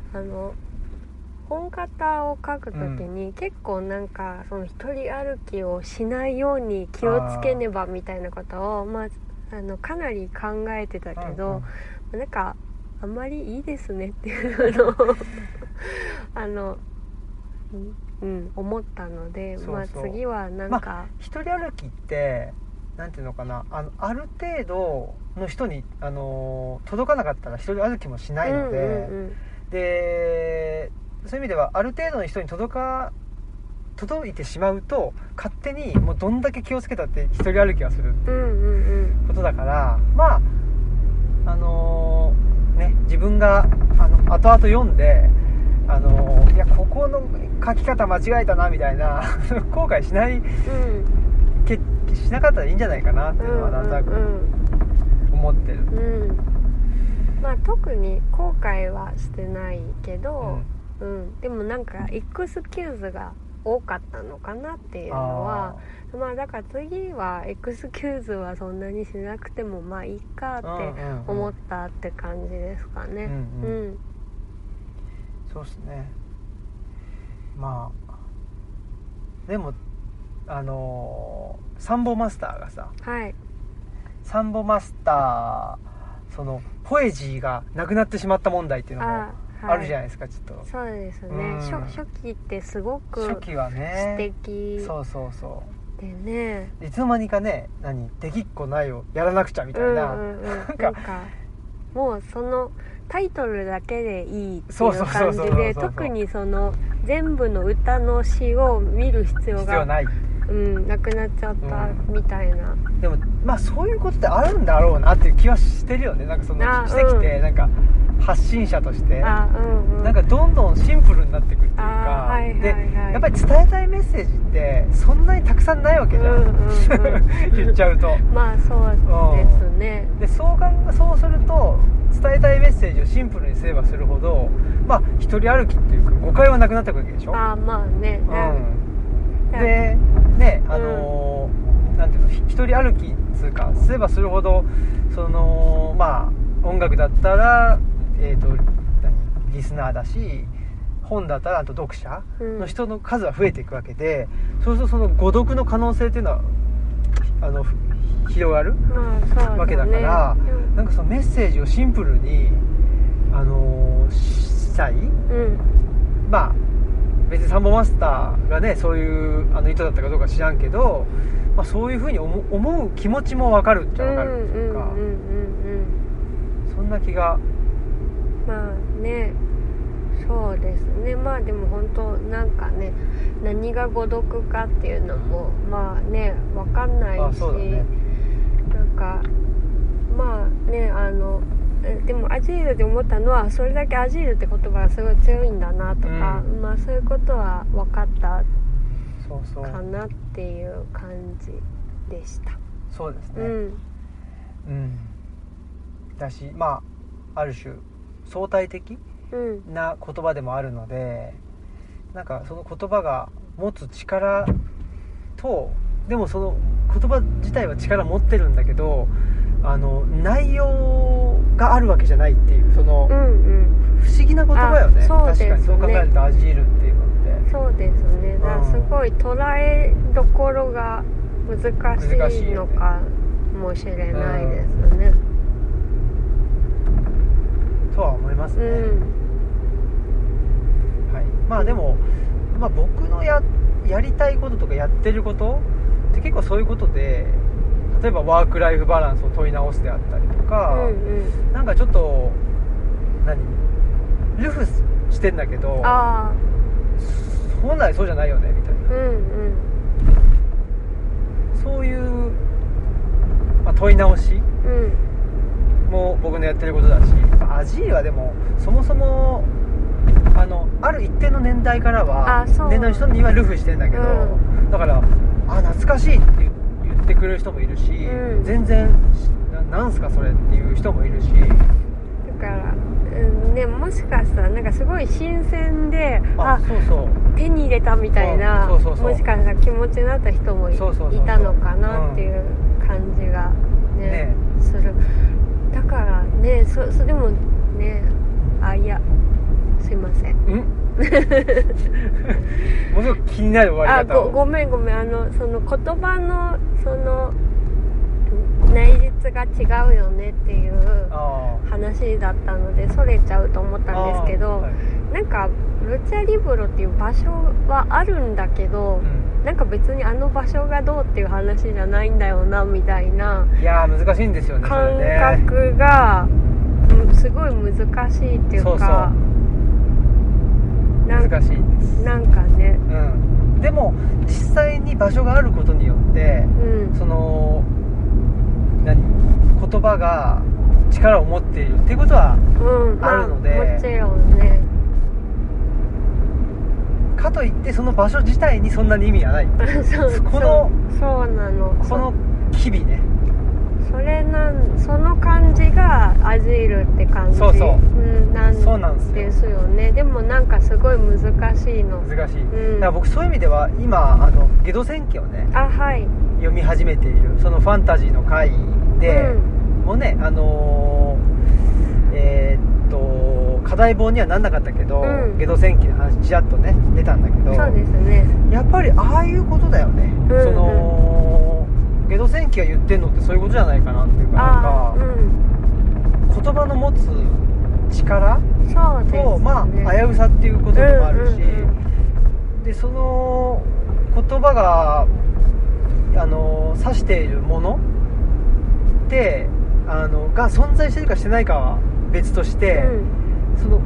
本型を書くときに、結構なんかその一人歩きをしないように気をつけねばみたいなことをかなり考えてたけど、なんかあんまりいいですねっていうのを思ったので、 そうそう、 まあ次はなんか、 一人歩きってなんていうのかな、ある程度の人に、届かなかったら一人歩きもしないので、でそういう意味ではある程度の人に届いてしまうと勝手にもうどんだけ気をつけたって一人歩きはするっていうことだから、まあね、自分が後々読んでいやここの書き方間違えたなみたいな後悔しない、しなかったらいいんじゃないかなっていうのはなんとなく思ってる、 まあ特に後悔はしてないけど、でもなんかエクスキューズが多かったのかなっていうのは、まあだから次はエクスキューズはそんなにしなくてもまあいいかって思ったって感じですかね。 そうですね。まあでもサンボマスターがさ、サンボマスターそのポエジーがなくなってしまった問題っていうのもあるじゃないですか、ちょっと。 そうですね、初期ってすごく初期はね素敵そうでね、 いつの間にかねできっこないをやらなくちゃみたいな、 なんかもうそのタイトルだけでいいっていう感じで、特にその全部の歌の詩を見る必要がない、 なくなっちゃったみたいな、 でもまあそういうことってあるんだろうなっていう気はしてるよね。なんかそのしてきて、なんか発信者としてなんかどんどんシンプルになっていくっていうか、でやっぱり伝えたいメッセージってそんなにたくさんないわけじゃん、言っちゃうと。 まあそうですね。 でそうすると伝えたいメッセージをシンプルにすればするほど、まあ一人歩きっていうか誤解はなくなってくるわけでしょ。 まあね、 でねなんていうの、一人歩きつうかすればするほどそのまあ音楽だったらリスナーだし、本だったらあと読者の人の数は増えていくわけで、そうするとその誤読の可能性っていうのは広がるわけだから、なんかそのメッセージをシンプルにしたい、まあ別にサンボマスターがねそういう意図だったかどうか知らんけど、まあ、そういうふうに思う気持ちも分かるっちゃ分かるっていうか、そんな気が。 まあね、そうですね。まあでも本当なんかね、何が誤読かっていうのもまあね分かんないし、なんかまあねでもアジールで思ったのは、それだけアジールって言葉がすごい強いんだなとか、まあそういうことは分かったかなっていう感じでした。 そうですね。だし、まあある種相対的な言葉でもあるので、なんかその言葉が持つ力と、でもその言葉自体は力持ってるんだけど、内容があるわけじゃないっていう、その、不思議な言葉よね。確かにそう考えるとアジールっていうのってそうですね。だからすごい捉えどころが難しいのかもしれないですね、とは思いますね、はい。まあでも、まあ、僕のやりたいこととかやってることって結構そういうことで、例えばワークライフバランスを問い直すであったりとか、なんかちょっとルフしてんだけど、本来そうじゃないよねみたいな、そういう、まあ、問い直しも僕のやってることだし、アジールはでもそもそもある一定の年代からは年代の人にはルフしてんだけど、だから懐かしいって言ってくれる人もいるし、全然なんすかそれっていう人もいるし、だからね、もしかしたらなんかすごい新鮮で手に入れたみたいな、もしかしたら気持ちになった人もいたのかなっていう感じがねする。だからね、でもね、いやすいませんものすごく気になる終わり方を。ごめんその言葉のその内実が違うよねっていうあ話だったのでそれちゃうと思ったんですけど、 はいなんかルチャリブロっていう場所はあるんだけど、なんか別にあの場所がどうっていう話じゃないんだよなみたいな、 いやー難しいんですよねそ感れね。 覚が、すごい難しいっていうか、 そうそう難しいです。 なんかね、 でも実際に場所があることによって、その言葉が力を持っているっていうことはあるので、 もちろんね。 かといってその場所自体にそんなに意味はないそうなの。 この機微ね、 その感じがアジールって感じ。 そうなんですよね。でもなんかすごい難しいの。 難しい、だから僕そういう意味では今ゲド戦記をね、 はい、 読み始めている。そのファンタジーの回で、もうね課題本にはなんなかったけど、ゲド戦記の話ちらっとね出たんだけど、 そうですね、 やっぱりああいうことだよね、そのゲド戦記が言ってんのってそういうことじゃないかなっていうか、なんか、言葉の持つ力そうですね、 と、まあ危うさっていうことでもあるし、でその言葉が指しているものってが存在してるかしてないかは別として、その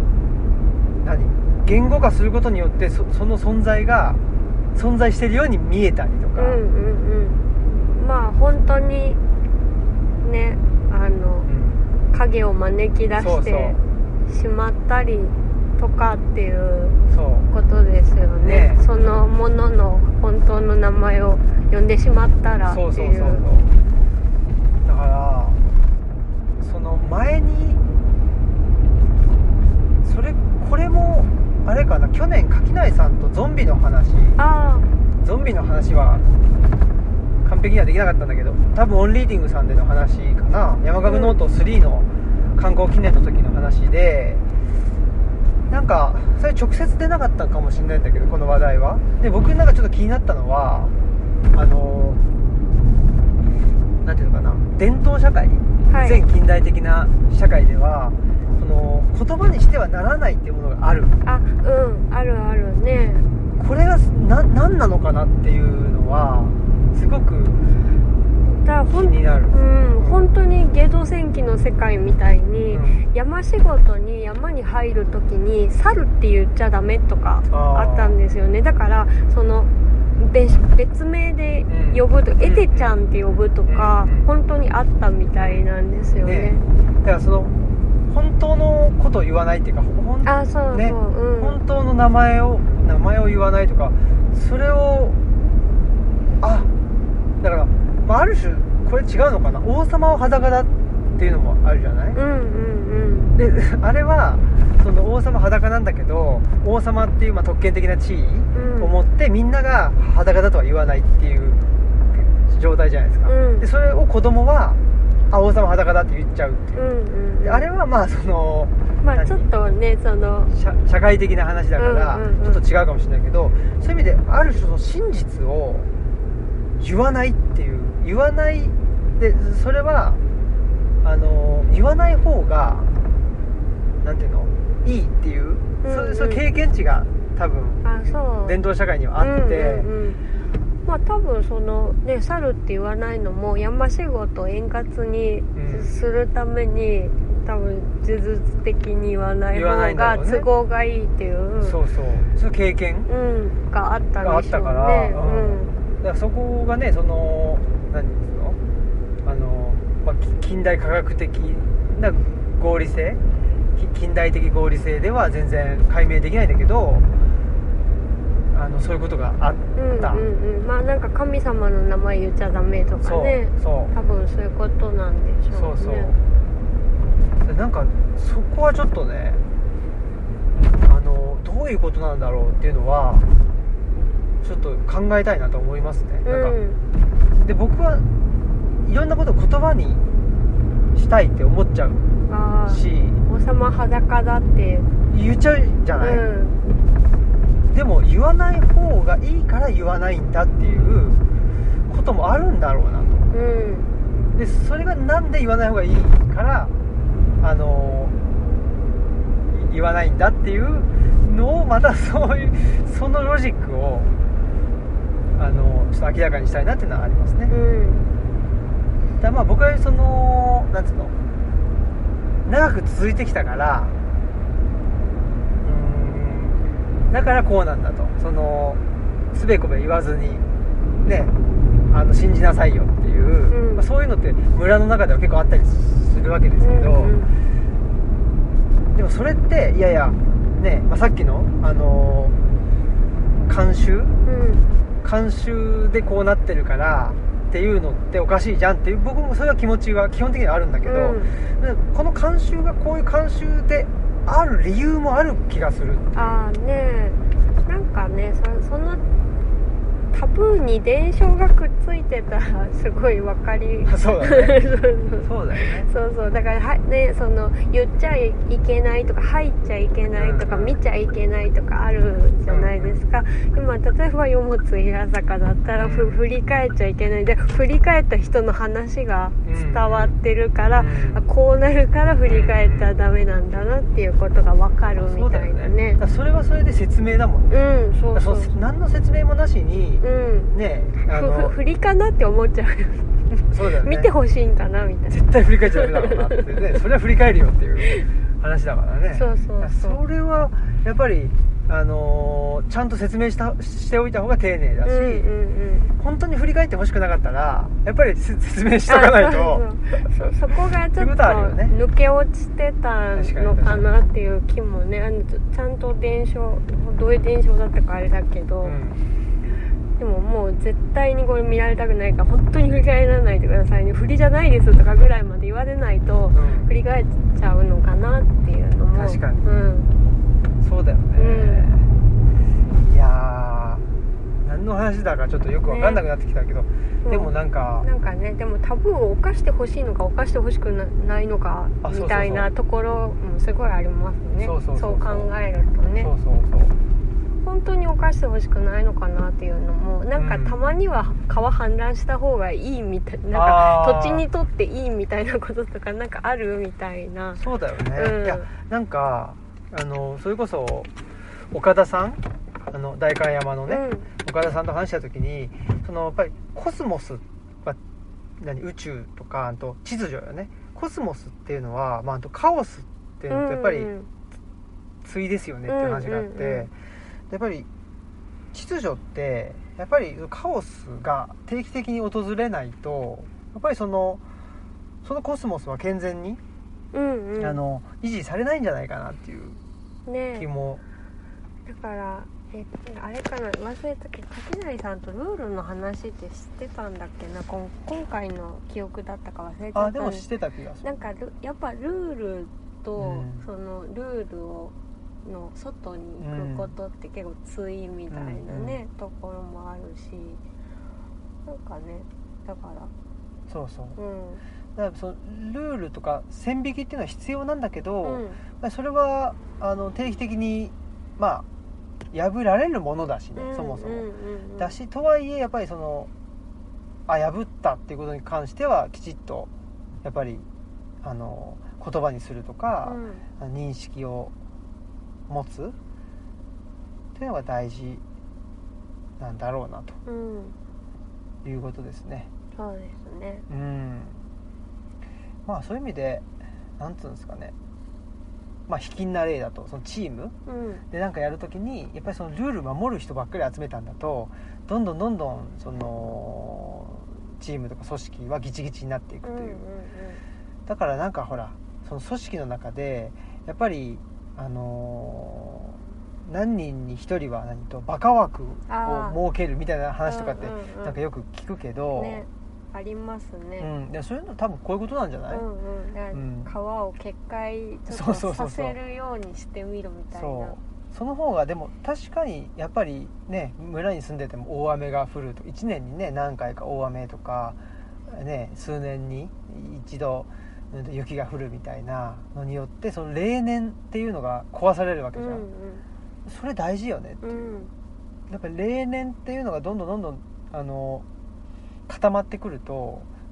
言語化することによってその存在が存在しているように見えたりとか、 まあ本当にね影を招き出してしまったりとかっていうことですよね。そのものの本当の名前を呼んでしまったらっていう。 だからその前にこれもあれかな、去年垣内さんとゾンビの話は完璧にはできなかったんだけど、多分オンリーディングさんでの話かな、山岳ノート3の観光記念の時の話で、なんかそれ直接出なかったかもしれないんだけど、この話題は。で僕なんかちょっと気になったのはなんていうのかな、伝統社会、前近代的な社会では言葉にしてはならないっていうものがある。 あるね。 これが何なのかなっていうのはすごく気になる。 本当にゲド戦記の世界みたいに、山仕事に山に入る時に猿って言っちゃダメとかあったんですよね。だからその別名で呼ぶとか、エテちゃんって呼ぶとか、本当にあったみたいなんですよね。 だからその本当のことを言わないっていうか、本当の名前を言わないとか、それをだから、ある種これ違うのかな、王様を裸だっていうのもあるじゃない。であれはその王様裸なんだけど、王様っていう特権的な地位を持ってみんなが裸だとは言わないっていう状態じゃないですか。でそれを子供は王様裸だって言っちゃうっていう、であれはそのちょっとねその社会的な話だからちょっと違うかもしれないけど、そういう意味である種の真実を言わないっていう、言わないで、それは言わない方がなんていうのいいっていう、そういう経験値が多分伝統社会にはあって、 多分そのね、猿って言わないのも山仕事を円滑にするために、多分呪術的に言わない方が都合がいいっていう、 そういう経験、 があったんでしょうね。 だからそこがね、その何ですの近代科学的な合理性、近代的合理性では全然解明できないんだけど、そういうことがあった。 なんか神様の名前言っちゃダメとかね、多分そういうことなんでしょうね。 なんかそこはちょっとね、どういうことなんだろうっていうのはちょっと考えたいなと思いますね。で僕はいろんなことを言葉にしたいって思っちゃうし、 王様裸だって言っちゃうじゃない、でも言わない方がいいから言わないんだっていうこともあるんだろうなと、 でそれがなんで言わない方がいいから言わないんだっていうのをまたそのロジックをちょっと明らかにしたいなっていうのはありますね。だまあ僕はなんつうの長く続いてきたからだからこうなんだとつべこべ言わずにね信じなさいよっていう、まあ、そういうのって村の中では結構あったりするわけですけど、でもそれっていやいやね、まあ、さっきの慣習でこうなってるからっていうのっておかしいじゃんっていう僕もそれは気持ちは基本的にはあるんだけど、この慣習がこういう慣習である理由もある気がするっていう。 なんかねそのタブーに伝承がくっついてたらすごい分かりそうだねそうだよねそうだからね言っちゃいけないとか入っちゃいけないとか、見ちゃいけないとかあるじゃないですか。今例えばよもつ平坂だったら振り返っちゃいけないで振り返った人の話が伝わってるから、こうなるから振り返ったらダメなんだなっていうことが分かるみたいなね。 だそれはそれで説明だもんね。 そう何の説明もなしにね振りかなって思っちゃうそうだよね。 見てほしいんかなみたいな。 絶対振り返っちゃダメだろうなってねそれは振り返るよっていう話だからね。それはやっぱりちゃんと説明しておいた方が丁寧だし、本当に振り返ってほしくなかったらやっぱり説明しておかないとそこがちょっと抜け落ちてたのかなっていう気もね。ちゃんと伝承どういう伝承だったかあれだけど、でももう絶対にこれ見られたくないから本当に振り返らないでくださいね、振りじゃないですとかぐらいまで言われないと振り返っちゃうのかなっていうのも。 確かに、そうだよね、いやー何の話だかちょっとよく分かんなくなってきたけど、でもなんかね、でもタブーを犯してほしいのか犯してほしくないのかみたいなところもすごいありますね。そう考えるとね。本当に犯してほしくないのかなっていうのもなんかたまには川氾濫した方がいいみたいな、なんか土地にとっていいみたいなこととかなんかあるみたいな。 そうだよね、いやなんかそれこそ岡田さん代官山のね、岡田さんと話した時にやっぱりコスモスは宇宙とか秩序よね。コスモスっていうのは、カオスっていうのとやっぱり対ですよねっていう話があって、やっぱり秩序ってやっぱりカオスが定期的に訪れないとやっぱりそのコスモスは健全に、維持されないんじゃないかなっていう気も、 だからあれかな、忘れたけど竹内さんとルールの話って知ってたんだっけな。今回の記憶だったか忘れちゃった。 でも知ってた気がする。 なんかやっぱルールと、そのルールの外に行くことって結構対みたいなね、ところもあるし、なんかね、だからだからそのルールとか線引きっていうのは必要なんだけど、それは定期的に破られるものだしね、そもそもだし、とはいえやっぱり破ったっていうことに関してはきちっとやっぱり言葉にするとか、認識を持つっていうのが大事なんだろうなと、いうことですね。 そうですね。 そういう意味でなんつうんですかね、卑近な例だとそのチームでなんかやるときにやっぱりそのルール守る人ばっかり集めたんだとどんどんそのチームとか組織はギチギチになっていくという、だからなんかほらその組織の中でやっぱり何人に1人はバカ枠を設けるみたいな話とかってなんかよく聞くけど、 ありますね、 でそういうの多分こういうことなんじゃない？ 川を決壊させるようにしてみるみたいな。 その方がでも確かにやっぱりね、村に住んでても大雨が降ると1年にね何回か大雨とかね、数年に一度雪が降るみたいなのによってその例年っていうのが壊されるわけじゃん、それ大事よねっていう、やっぱり例年っていうのがどんどん固まってくると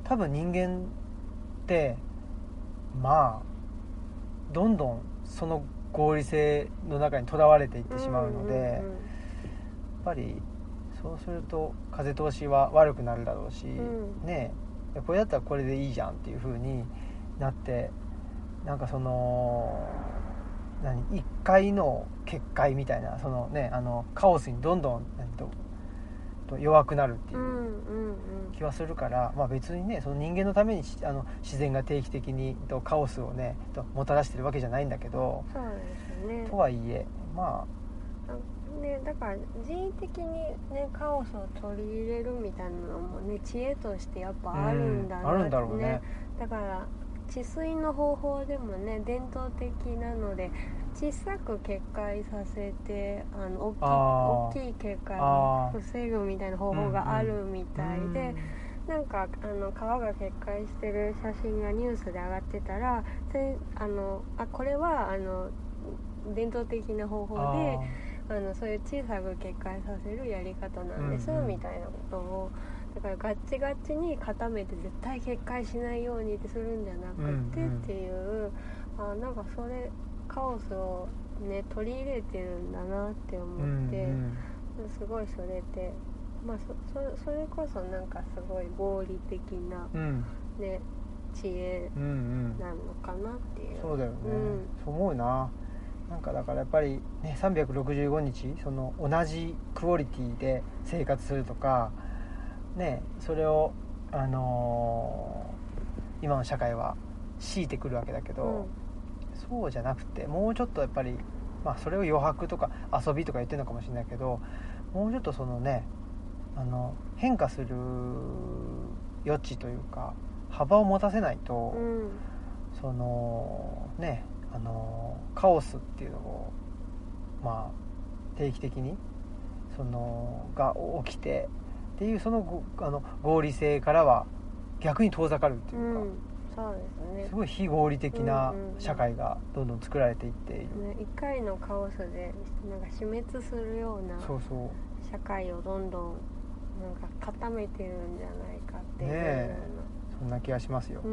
多分人間ってまあどんどんその合理性の中にとらわれていってしまうので、やっぱりそうすると風通しは悪くなるだろうし、ね、これだったらこれでいいじゃんっていう風になって、なんかその1回の結界みたいな、そのね、カオスにどんどん弱くなるっていう気はするから、まあ、別にね、その人間のために自然が定期的にカオスをねもたらしてるわけじゃないんだけど、 そうですね。 とはいえまあね、だから人為的にねカオスを取り入れるみたいなのもね知恵としてやっぱあるんだなって、ね、 あるんだろうね。 だから治水の方法でもね伝統的なので小さく決壊させて大きい決壊を防ぐみたいな方法があるみたいで、なんか川が決壊してる写真がニュースで上がってたら、これは伝統的な方法でそういう小さく決壊させるやり方なんです、みたいなことを、だからガッチガチに固めて絶対決壊しないようにってするんじゃなくてっていう、なんかそれカオスをね取り入れてるんだなって思って、すごいそれで、まあ、それこそなんかすごい合理的な、ね、知恵なのかなっていう、 そうだよね、そう思うな。なんかだからやっぱりね365日その同じクオリティで生活するとかね、それを今の社会は強いてくるわけだけど、そうじゃなくてもうちょっとやっぱり、まあそれを余白とか遊びとか言ってるのかもしれないけど、もうちょっとそのね変化する余地というか幅を持たせないと、そのねカオスっていうのをまあ定期的にそのが起きてっていうその合理性からは逆に遠ざかるっていうか、 そうですね、 すごい非合理的な社会がどんどん作られていっている、 一回のカオスでなんか死滅するような社会をどんどんなんか固めてるんじゃないかっていうような、 そんな気がしますよ。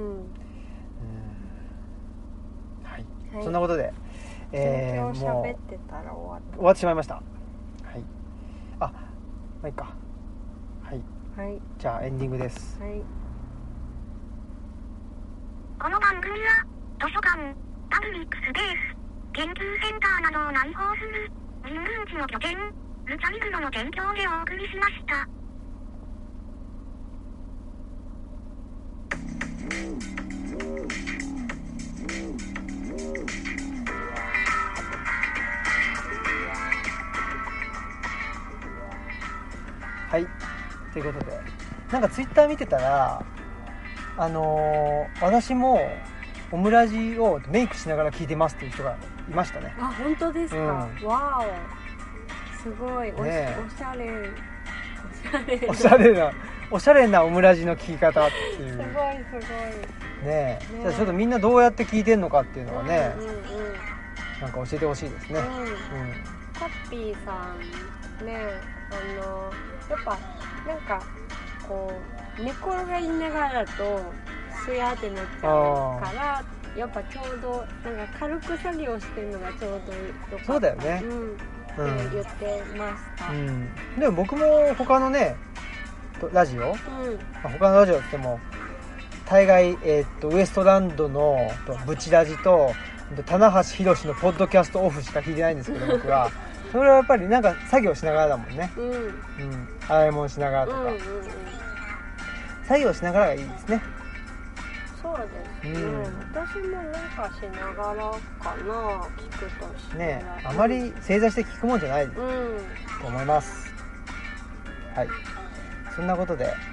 はい、そんなことで、 今日喋ってたら終わってしまいました。はい、まあいいか。はい、じゃあエンディングです。 はい。 この番組は図書館、パブリックスペース、研究センターなどを内包する人文地の拠点、ルチャリブロの提供でお送りしました。 はい、ということでなんかツイッター見てたら私もオムラジをメイクしながら聞いてますっていう人がいましたね。 あ、本当ですか、わお、すごい、 おしゃれなオムラジの聞き方っていう、 すごいね。じゃあちょっとみんなどうやって聞いてんのかっていうのはね、なんか教えてほしいですね。 カッピーさんね、やっぱなんかこう寝転がりながらだとスヤーってなっちゃうから、やっぱちょうどなんか軽く作業してるのがちょうどよかった。 そうだよね、 って言ってました。 でも僕も他のねラジオ、他のラジオっても大概、ウエストランドのブチラジと棚橋宏のポッドキャストオフしか聞いてないんですけど僕はそれはやっぱりなんか作業しながらだもんね。洗い物しながらとか、作業しながらがいいですね。 そうですね、私もなんかしながらかな、聞くとしてね、あまり正座して聞くもんじゃないと思います。はい、そんなことで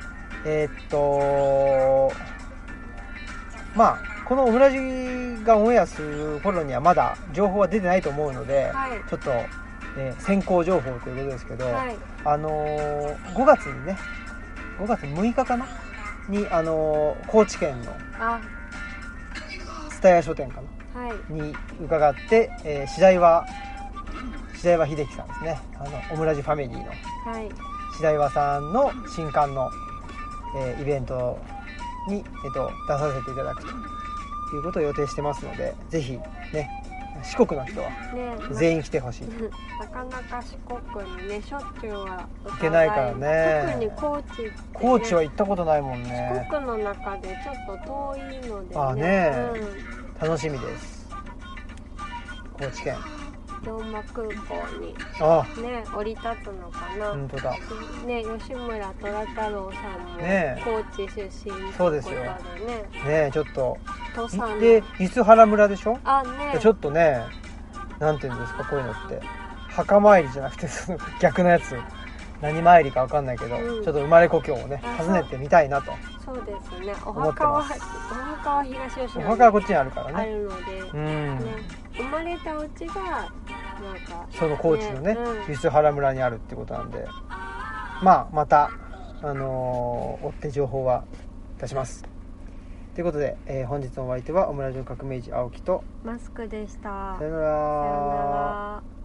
まあこのオムラジがオンエアする頃にはまだ情報は出てないと思うので、ちょっと、先行情報ということですけど、5月にね、5月6日かなに高知県の蔦屋書店かな、に伺って、白岩秀樹さんですね、オムラジファミリーの、白岩さんの新刊の、イベントに、出させていただくということを予定してますので、ぜひね四国の人は全員来てほしい、 なかなか四国にねしょっちゅうは行けないからね。 特に高知って、ね、 高知は行ったことないもんね。 四国の中でちょっと遠いのでね。 ああね、楽しみです。高知県龍馬空港にね降り立つのかな。 本当だね、吉村虎太郎さんもね高知出身というそうですよね。ちょっと土佐ので梼原村でしょ。 あね、 ちょっとね、なんていうんですかこういうのって、墓参りじゃなくてその逆のやつ、何参りか分かんないけど、ちょっと生まれ故郷をね訪ねてみたいなと。 そうですね。お思って墓はます。 東吉野お墓はこっちにあるからあね。 るので、ね、生まれたうちがなんかその高知のね梼原村にあるってことなんで、また追って情報はいたします。ということで、本日のお相手はオムラジオ革命児青木とマスクでした。 さよなさよなら。 ら。